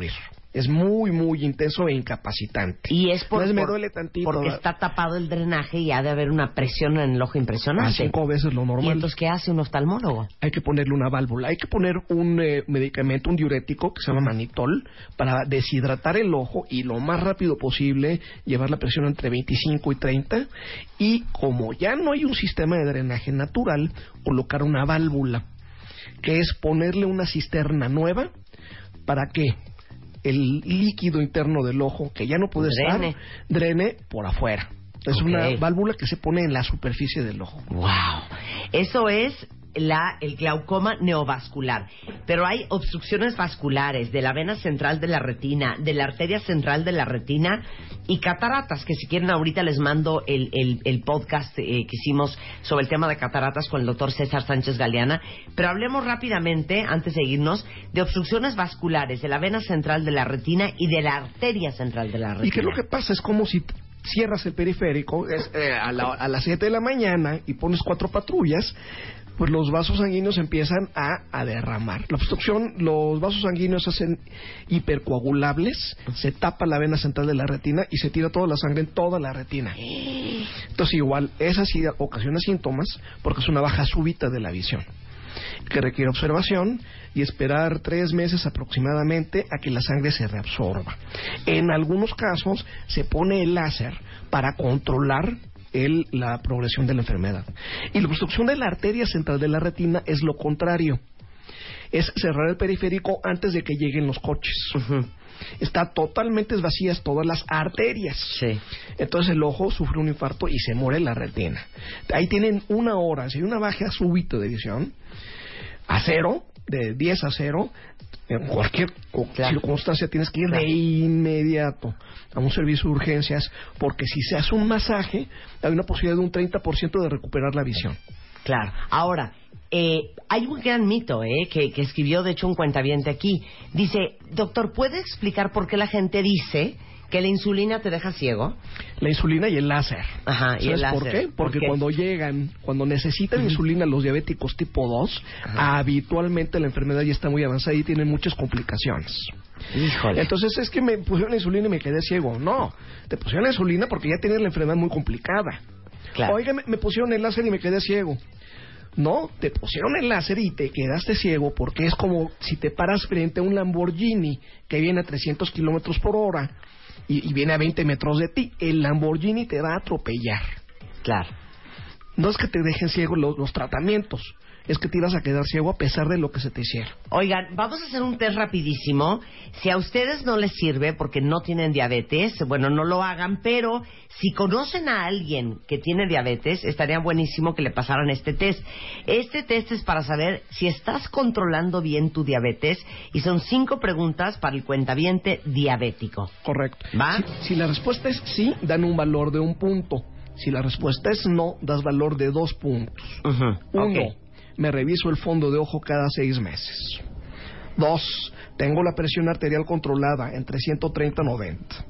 Es muy, muy intenso e incapacitante. Y es por, Entonces me por- duele tantito. porque está tapado el drenaje y ha de haber una presión en el ojo impresionante. A cinco veces lo normal. ¿Y entonces qué hace un oftalmólogo? Hay que ponerle una válvula, hay que poner un eh, medicamento, un diurético que se llama manitol para deshidratar el ojo y lo más rápido posible llevar la presión entre veinticinco y treinta, y como ya no hay un sistema de drenaje natural, colocar una válvula, que es ponerle una cisterna nueva para que el líquido interno del ojo, que ya no puede Drene. estar, drene por afuera. Es Ok. una válvula que se pone en la superficie del ojo. Wow. Eso es la el glaucoma neovascular. Pero hay obstrucciones vasculares de la vena central de la retina, de la arteria central de la retina y cataratas, que si quieren ahorita les mando el, el, el podcast eh, que hicimos sobre el tema de cataratas con el doctor César Sánchez Galeana. Pero hablemos rápidamente, antes de irnos, de obstrucciones vasculares de la vena central de la retina y de la arteria central de la retina. ¿Y qué es lo que pasa? Es como si cierras el periférico es, eh, a, la, a las siete de la mañana y pones cuatro patrullas, pues los vasos sanguíneos empiezan a, a derramar. La obstrucción, los vasos sanguíneos se hacen hipercoagulables, se tapa la vena central de la retina y se tira toda la sangre en toda la retina. Entonces igual, esa sí ocasiona síntomas porque es una baja súbita de la visión, que requiere observación y esperar tres meses aproximadamente a que la sangre se reabsorba. En algunos casos se pone el láser para controlar el, la progresión de la enfermedad. Y la obstrucción de la arteria central de la retina es lo contrario. Es cerrar el periférico antes de que lleguen los coches. Uh-huh. Está totalmente vacías todas las arterias. Sí. Entonces el ojo sufre un infarto y se muere la retina. Ahí tienen una hora, si hay una baja súbita de visión, a cero, de diez a cero, en cualquier Claro. circunstancia tienes que ir Claro. de inmediato a un servicio de urgencias, porque si se hace un masaje, hay una posibilidad de un treinta por ciento de recuperar la visión. Claro. Ahora, eh, hay un gran mito eh, que, que escribió, de hecho, un cuentaviente aquí. Dice, doctor, ¿puede explicar por qué la gente dice que la insulina te deja ciego? La insulina y el láser. Ajá, y ¿Sabes el láser. por qué? Porque ¿Por qué? cuando llegan, cuando necesitan Uh-huh. insulina los diabéticos tipo dos, Ajá. habitualmente la enfermedad ya está muy avanzada y tienen muchas complicaciones. Híjole. Entonces es que me pusieron la insulina y me quedé ciego. No, te pusieron la insulina porque ya tienes la enfermedad muy complicada. Claro. Oiga, me, me pusieron el láser y me quedé ciego. No, te pusieron el láser y te quedaste ciego porque es como si te paras frente a un Lamborghini que viene a trescientos kilómetros por hora y, y viene a veinte metros de ti. El Lamborghini te va a atropellar. Claro. No es que te dejen ciego los, los tratamientos, es que te ibas a quedar ciego a pesar de lo que se te hiciera. Oigan, vamos a hacer un test rapidísimo. Si a ustedes no les sirve porque no tienen diabetes, bueno, no lo hagan, pero si conocen a alguien que tiene diabetes, estaría buenísimo que le pasaran este test. Este test es para saber si estás controlando bien tu diabetes y son cinco preguntas para el cuentaviente diabético. Correcto. ¿Va? Si, si la respuesta es sí, dan un valor de un punto. Si la respuesta es no, das valor de dos puntos. Uh-huh. Uno, Ok. me reviso el fondo de ojo cada seis meses. Dos, tengo la presión arterial controlada entre ciento treinta y noventa.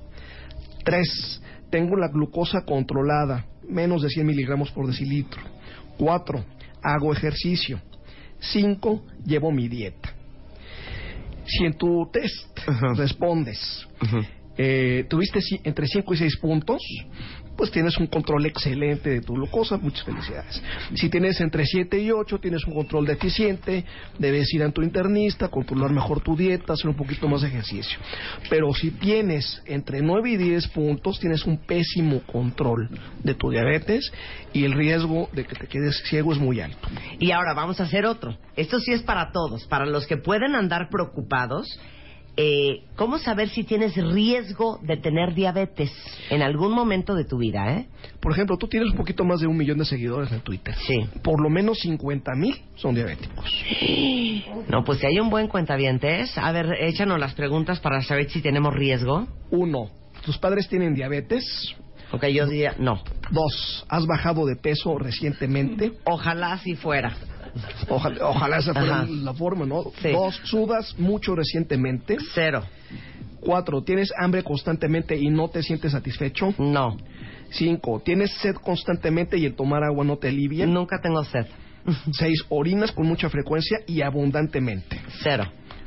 Tres, tengo la glucosa controlada, menos de cien miligramos por decilitro. Cuatro, hago ejercicio. Cinco, llevo mi dieta. Si en tu test Ajá. respondes, Uh-huh. eh, tuviste ci- entre cinco y seis puntos, pues tienes un control excelente de tu glucosa, muchas felicidades. Si tienes entre siete y ocho, tienes un control deficiente, debes ir a tu internista, controlar mejor tu dieta, hacer un poquito más de ejercicio. Pero si tienes entre nueve y diez puntos, tienes un pésimo control de tu diabetes y el riesgo de que te quedes ciego es muy alto. Y ahora vamos a hacer otro. Esto sí es para todos, para los que pueden andar preocupados. Eh, ¿Cómo saber si tienes riesgo de tener diabetes en algún momento de tu vida, eh? Por ejemplo, tú tienes un poquito más de un millón de seguidores en Twitter. Sí. Por lo menos cincuenta mil son diabéticos. No, pues si hay un buen cuentavientes, a ver, échanos las preguntas para saber si tenemos riesgo. Uno, ¿tus padres tienen diabetes? Ok, yo diría no. Dos, ¿has bajado de peso recientemente? Ojalá si fuera. Ojalá, ojalá esa fuera Ajá. la forma, ¿no? Sí. Dos, ¿sudas mucho recientemente? Cero. Cuatro, ¿tienes hambre constantemente y no te sientes satisfecho? No. Cinco, ¿tienes sed constantemente y el tomar agua no te alivia? Nunca tengo sed. Seis, ¿orinas con mucha frecuencia y abundantemente? Cero.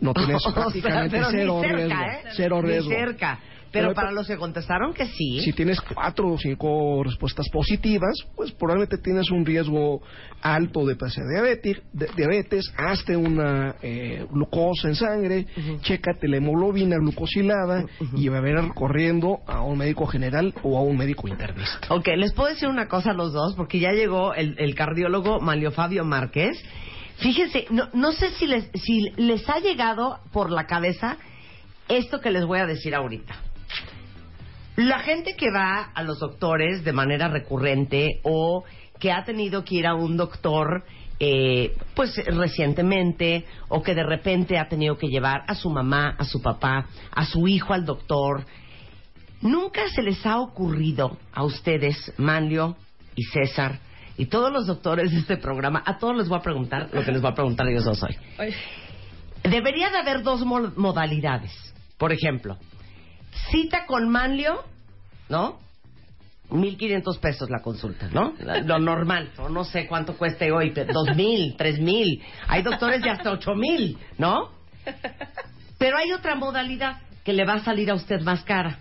no tienes prácticamente o sea, cero cerca, riesgo. ¿eh? Cero riesgo. Ni cerca. Pero, pero para los que contestaron que sí. Si tienes cuatro o cinco respuestas positivas, pues probablemente tienes un riesgo alto de padecer diabetes, de, diabetes, hazte una eh, glucosa en sangre, uh-huh. chécate la hemoglobina glucosilada uh-huh. y va a ver corriendo a un médico general o a un médico internista. Ok, les puedo decir una cosa a los dos, porque ya llegó el, el cardiólogo Manlio Fabio Márquez. Fíjense, no, no sé si les, si les ha llegado por la cabeza esto que les voy a decir ahorita. La gente que va a los doctores de manera recurrente o que ha tenido que ir a un doctor eh, pues recientemente o que de repente ha tenido que llevar a su mamá, a su papá, a su hijo al doctor, ¿nunca se les ha ocurrido a ustedes, Manlio y César y todos los doctores de este programa, a todos les voy a preguntar lo que les voy a preguntar a ellos dos hoy? Debería de haber dos mo- modalidades. Por ejemplo, cita con Manlio, ¿no? Mil quinientos pesos la consulta, ¿no? Lo normal, o no sé cuánto cueste hoy, dos mil, tres mil. Hay doctores de hasta ocho mil, ¿no? Pero hay otra modalidad que le va a salir a usted más cara.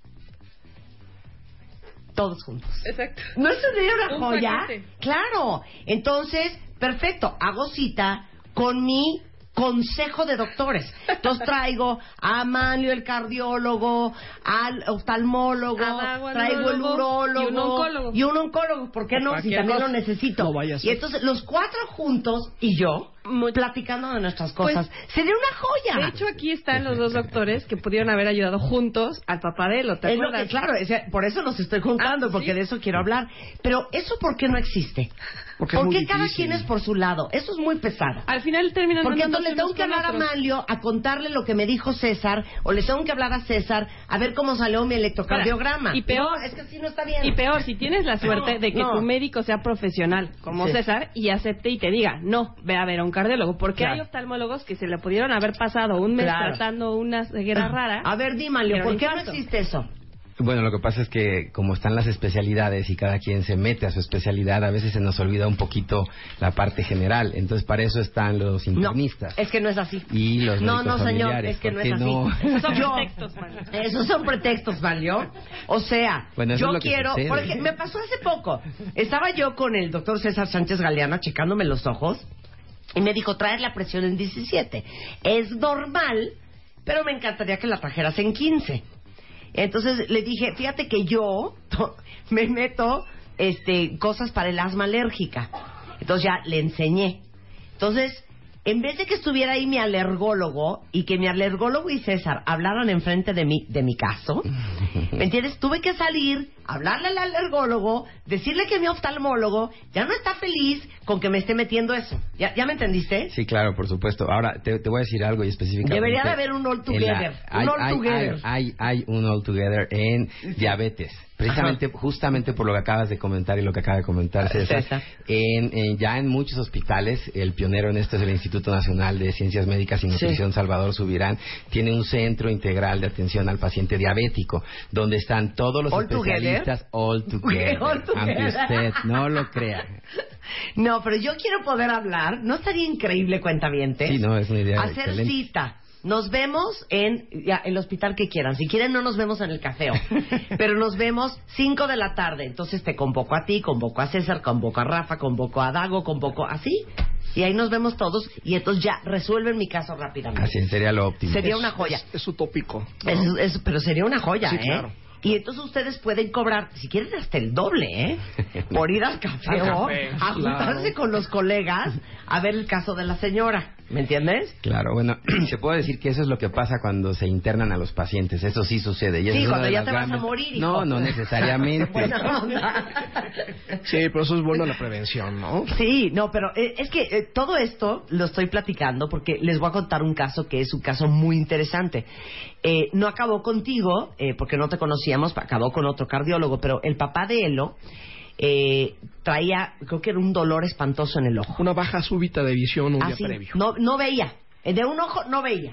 Todos juntos. Exacto. ¿No es una joya? Paquete. Claro. Entonces, perfecto. Hago cita con mi consejo de doctores. Entonces traigo a Manlio el cardiólogo, al oftalmólogo, Amago, traigo el urólogo y un oncólogo. Y un oncólogo, ¿por qué no? Si también cosa. lo necesito. No vaya a ser. Y entonces los cuatro juntos y yo Muy... platicando de nuestras cosas. Pues, sería una joya. De hecho, aquí están los dos doctores que pudieron haber ayudado juntos al papá de él. ¿Te Es lo acuerdas? que, claro, es, por eso los estoy juntando, Ah, porque ¿sí? de eso quiero hablar. Pero ¿eso por qué no existe? Porque es ¿Por muy qué cada difícil. quien es por su lado? Eso es muy pesado. Al final terminan Porque mandándose entonces le tengo unos que con hablar a otros. Manlio a contarle lo que me dijo César, o le tengo que hablar a César a ver cómo salió mi electrocardiograma. Y peor, No, es que así no está bien. Y peor, si tienes la suerte No, de que no. tu médico sea profesional, como Sí. César, y acepte y te diga, no, ve a ver a un cardiólogo. Porque Claro. hay oftalmólogos que se le pudieron haber pasado un mes Claro. tratando una ceguera rara. A ver, di, Manlio, Pero ¿por un qué no infarto. existe eso? Bueno, lo que pasa es que como están las especialidades y cada quien se mete a su especialidad, a veces se nos olvida un poquito la parte general. Entonces, para eso están los internistas. No, es que no es así. Y los No, médicos no, señor, familiares. es que no ¿por es qué así. no? Esos son Yo- pretextos, Manlio. Esos son pretextos, Manlio. O sea, Bueno, eso yo es lo que quiero... sucede. Porque me pasó hace poco. Estaba yo con el doctor César Sánchez Galeana checándome los ojos y me dijo, traer la presión en diecisiete. Es normal, pero me encantaría que la trajeras en quince. Entonces le dije, fíjate que yo to- me meto este cosas para el asma alérgica. Entonces ya le enseñé. Entonces, en vez de que estuviera ahí mi alergólogo y que mi alergólogo y César hablaran enfrente de mí, de mi caso, ¿me entiendes? Tuve que salir, hablarle al alergólogo, decirle que mi oftalmólogo ya no está feliz con que me esté metiendo eso. ¿Ya, ya me entendiste? Sí, claro, por supuesto. Ahora, te, te voy a decir algo y específicamente. Debería de haber un all en together. la- hay, un all hay- together. hay- hay- hay un all together en diabetes. Precisamente, justamente por lo que acabas de comentar y lo que acaba de comentar César. César. En, en- ya en muchos hospitales, el pionero en esto es el Instituto Nacional de Ciencias Médicas y Nutrición Sí. Salvador Subirán. Tiene un centro integral de atención al paciente diabético, donde están todos los All together. especialistas all together. All together. Aunque usted no lo crea. No, pero yo quiero poder hablar. ¿No estaría increíble, cuentavientes? Sí, no, es una idea Hacer excelente. cita. Nos vemos en ya, el hospital que quieran. Si quieren, no nos vemos en el café. Pero nos vemos cinco de la tarde. Entonces te convoco a ti, convoco a César, convoco a Rafa, convoco a Dago, convoco así. Y ahí nos vemos todos. Y entonces ya resuelven mi caso rápidamente. Así sería lo óptimo. Sería una joya. Es, es utópico, ¿no? Es- es- pero sería una joya, Sí, ¿eh? claro. Y entonces ustedes pueden cobrar, si quieren, hasta el doble, ¿eh? Por ir al café Al o café, a juntarse claro. con los colegas a ver el caso de la señora. ¿Me entiendes? Claro, bueno, se puede decir que eso es lo que pasa cuando se internan a los pacientes. Eso sí sucede. Y esa Sí, es una cuando de ya las te vas a grandes- morir, hijo. No, no necesariamente. Buena onda. Sí, pero eso es bueno la prevención, ¿no? Sí, no, pero eh, es que eh, todo esto lo estoy platicando porque les voy a contar un caso que es un caso muy interesante. Eh, no acabó contigo, eh, porque no te conocíamos, acabó con otro cardiólogo, pero el papá de Elo eh, traía, creo que era un dolor espantoso en el ojo. Una baja súbita de visión un día Así, previo. no, no veía. De un ojo no veía.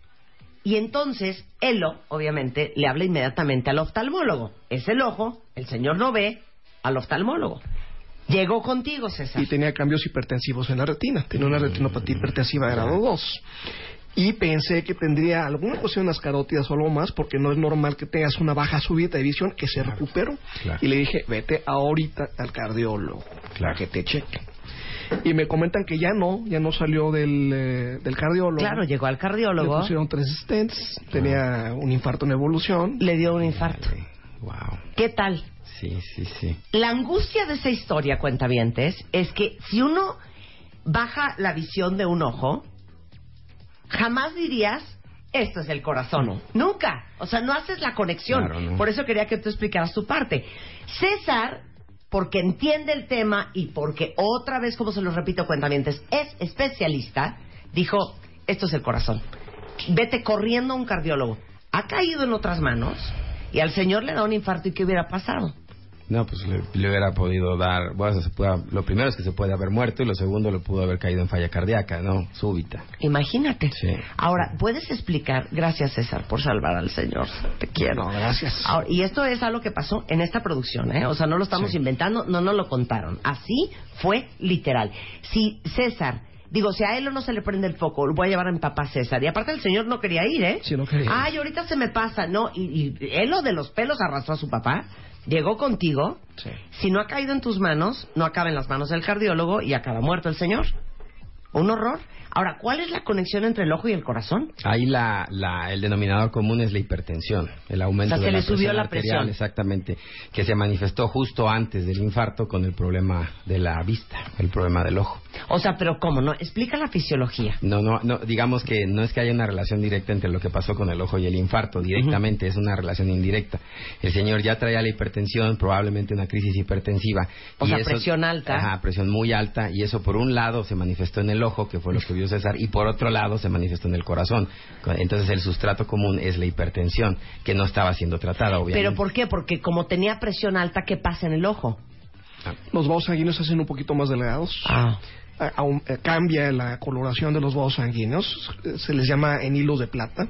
Y entonces, Elo, obviamente, le habla inmediatamente al oftalmólogo. Es el ojo, el señor no ve, al oftalmólogo. Llegó contigo, César. Y tenía cambios hipertensivos en la retina. Tenía una retinopatía hipertensiva de grado dos. y pensé que tendría alguna cuestión en las carótidas o algo más, porque no es normal que tengas una baja súbita de visión, que se recuperó. Claro. Y le dije, vete ahorita al cardiólogo, claro, que te cheque. Y me comentan que ya no, ya no salió del, eh, del cardiólogo. Claro, llegó al cardiólogo. Le pusieron tres stents, tenía un infarto en evolución. Le dio un infarto. Wow. ¿Qué tal? Sí, sí, sí. La angustia de esa historia, cuentavientes, es que si uno baja la visión de un ojo, jamás dirías, esto es el corazón. No. Nunca. O sea, no haces la conexión. Claro, no. Por eso quería que tú explicaras tu parte. César, porque entiende el tema y porque otra vez, como se lo repito, cuentavientes, es especialista, dijo, esto es el corazón. Vete corriendo a un cardiólogo. Ha caído en otras manos y al señor le da un infarto, ¿y qué hubiera pasado? No, pues le, le hubiera podido dar... Bueno, se puede, lo primero es que se puede haber muerto y lo segundo le pudo haber caído en falla cardíaca, ¿no? Súbita. Imagínate. Sí. Ahora, ¿puedes explicar? Gracias, César, por salvar al señor. Te quiero. No, gracias. Ahora, y esto es algo que pasó en esta producción, ¿eh? O sea, no lo estamos sí. inventando, no nos lo contaron. Así fue literal. Si César... Digo, si a él no se le prende el foco, lo voy a llevar a mi papá César. Y aparte el señor no quería ir, ¿eh? Sí, no quería ir. Ay, ahorita se me pasa, ¿no? Y, y él lo de los pelos arrastró a su papá, llegó contigo. Sí. Si no ha caído en tus manos, no acaba en las manos del cardiólogo y acaba muerto el señor. Un horror. Ahora, ¿cuál es la conexión entre el ojo y el corazón? Ahí la, la, el denominador común es la hipertensión, el aumento o sea, de se la le subió presión la arterial, presión. exactamente, que se manifestó justo antes del infarto con el problema de la vista, el problema del ojo. O sea, pero ¿cómo? No, explica la fisiología. No, no, no, digamos que no es que haya una relación directa entre lo que pasó con el ojo y el infarto, directamente, uh-huh. es una relación indirecta. El señor ya traía la hipertensión, probablemente una crisis hipertensiva. O y sea, eso, presión alta. Ajá, presión muy alta, y eso por un lado se manifestó en el ojo, que fue lo que vio César, y por otro lado se manifestó en el corazón. Entonces el sustrato común es la hipertensión, que no estaba siendo tratada, obviamente. ¿Pero por qué? Porque como tenía presión alta, ¿qué pasa en el ojo? Ah. Los vasos sanguíneos se hacen un poquito más delgados. Ah. A, a, cambia la coloración de los vasos sanguíneos, se les llama en hilos de plata.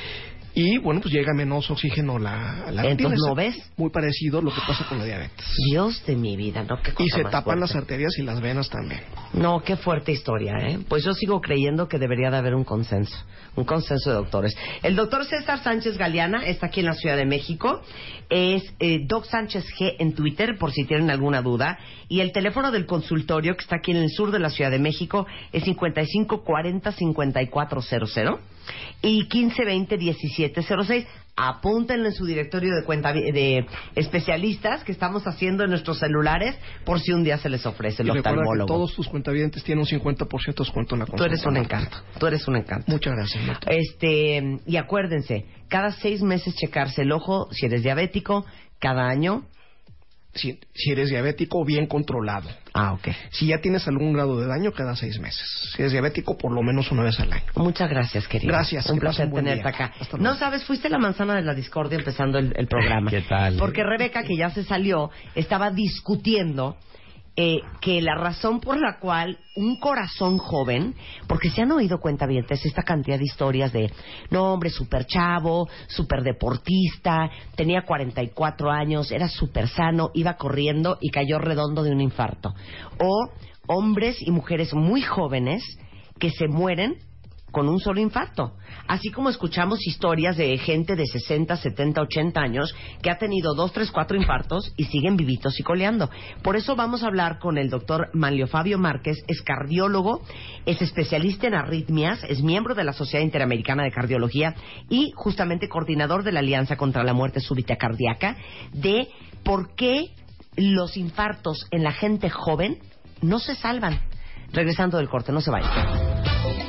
Y bueno, pues llega menos oxígeno a la, a la Entonces, ¿no ves? Muy parecido a lo que pasa con la diabetes. Dios de mi vida, ¿no? Qué cosa y se más tapan fuerte. las arterias y las venas también. No, qué fuerte historia, ¿eh? Pues yo sigo creyendo que debería de haber un consenso, un consenso de doctores. El doctor César Sánchez Galeana está aquí en la Ciudad de México, es eh, Doc Sánchez G en Twitter, por si tienen alguna duda, y el teléfono del consultorio, que está aquí en el sur de la Ciudad de México, es cincuenta y cinco cuarenta cincuenta y cuatro cero cero y quince veinte diecisiete cero seis. Apúntenlo en su directorio de cuenta de especialistas que estamos haciendo en nuestros celulares por si un día se les ofrece el y oftalmólogo. Que todos tus cuentavientes tienen un cincuenta por ciento de descuento en la consulta. Tú eres un encanto, tú eres un encanto. Muchas gracias, doctor. Este, y acuérdense, cada seis meses checarse el ojo si eres diabético, cada año. Si, si eres diabético, bien controlado. Ah, ok. Si ya tienes algún grado de daño, cada seis meses. Si eres diabético, por lo menos una vez al año. Muchas gracias, querido. Gracias. Un placer tenerte día. acá. No sabes, fuiste la manzana de la discordia empezando el, el programa. ¿Qué tal? Porque Rebeca, que ya se salió, estaba discutiendo eh, que la razón por la cual un corazón joven, porque se han oído cuentavientes esta cantidad de historias de, no hombre, súper chavo, súper deportista, tenía cuarenta y cuatro años, era súper sano, iba corriendo y cayó redondo de un infarto. O hombres y mujeres muy jóvenes que se mueren con un solo infarto. Así como escuchamos historias de gente de sesenta, setenta, ochenta años que ha tenido dos, tres, cuatro infartos y siguen vivitos y coleando. Por eso vamos a hablar con el doctor Manlio Fabio Márquez, es cardiólogo, es especialista en arritmias, es miembro de la Sociedad Interamericana de Cardiología y justamente coordinador de la Alianza contra la Muerte Súbita Cardíaca, de por qué los infartos en la gente joven no se salvan. Regresando del corte, no se vayan.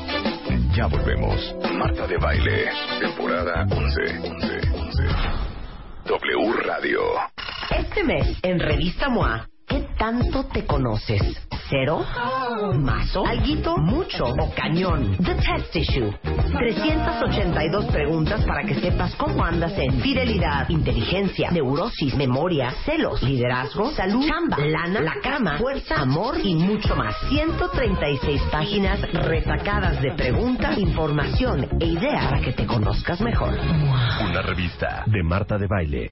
Ya volvemos. Marta de Baile, temporada once. once, once. W Radio. Este mes, en Revista M O A, ¿qué tanto te conoces? ¿Cero? ¿Mazo? ¿Alguito? ¿Mucho? ¿O cañón? The Test Issue. trescientas ochenta y dos preguntas para que sepas cómo andas en fidelidad, inteligencia, neurosis, memoria, celos, liderazgo, salud, chamba, lana, la cama, fuerza, amor y mucho más. ciento treinta y seis páginas retacadas de preguntas, información e ideas para que te conozcas mejor. Una revista de Marta de Baile.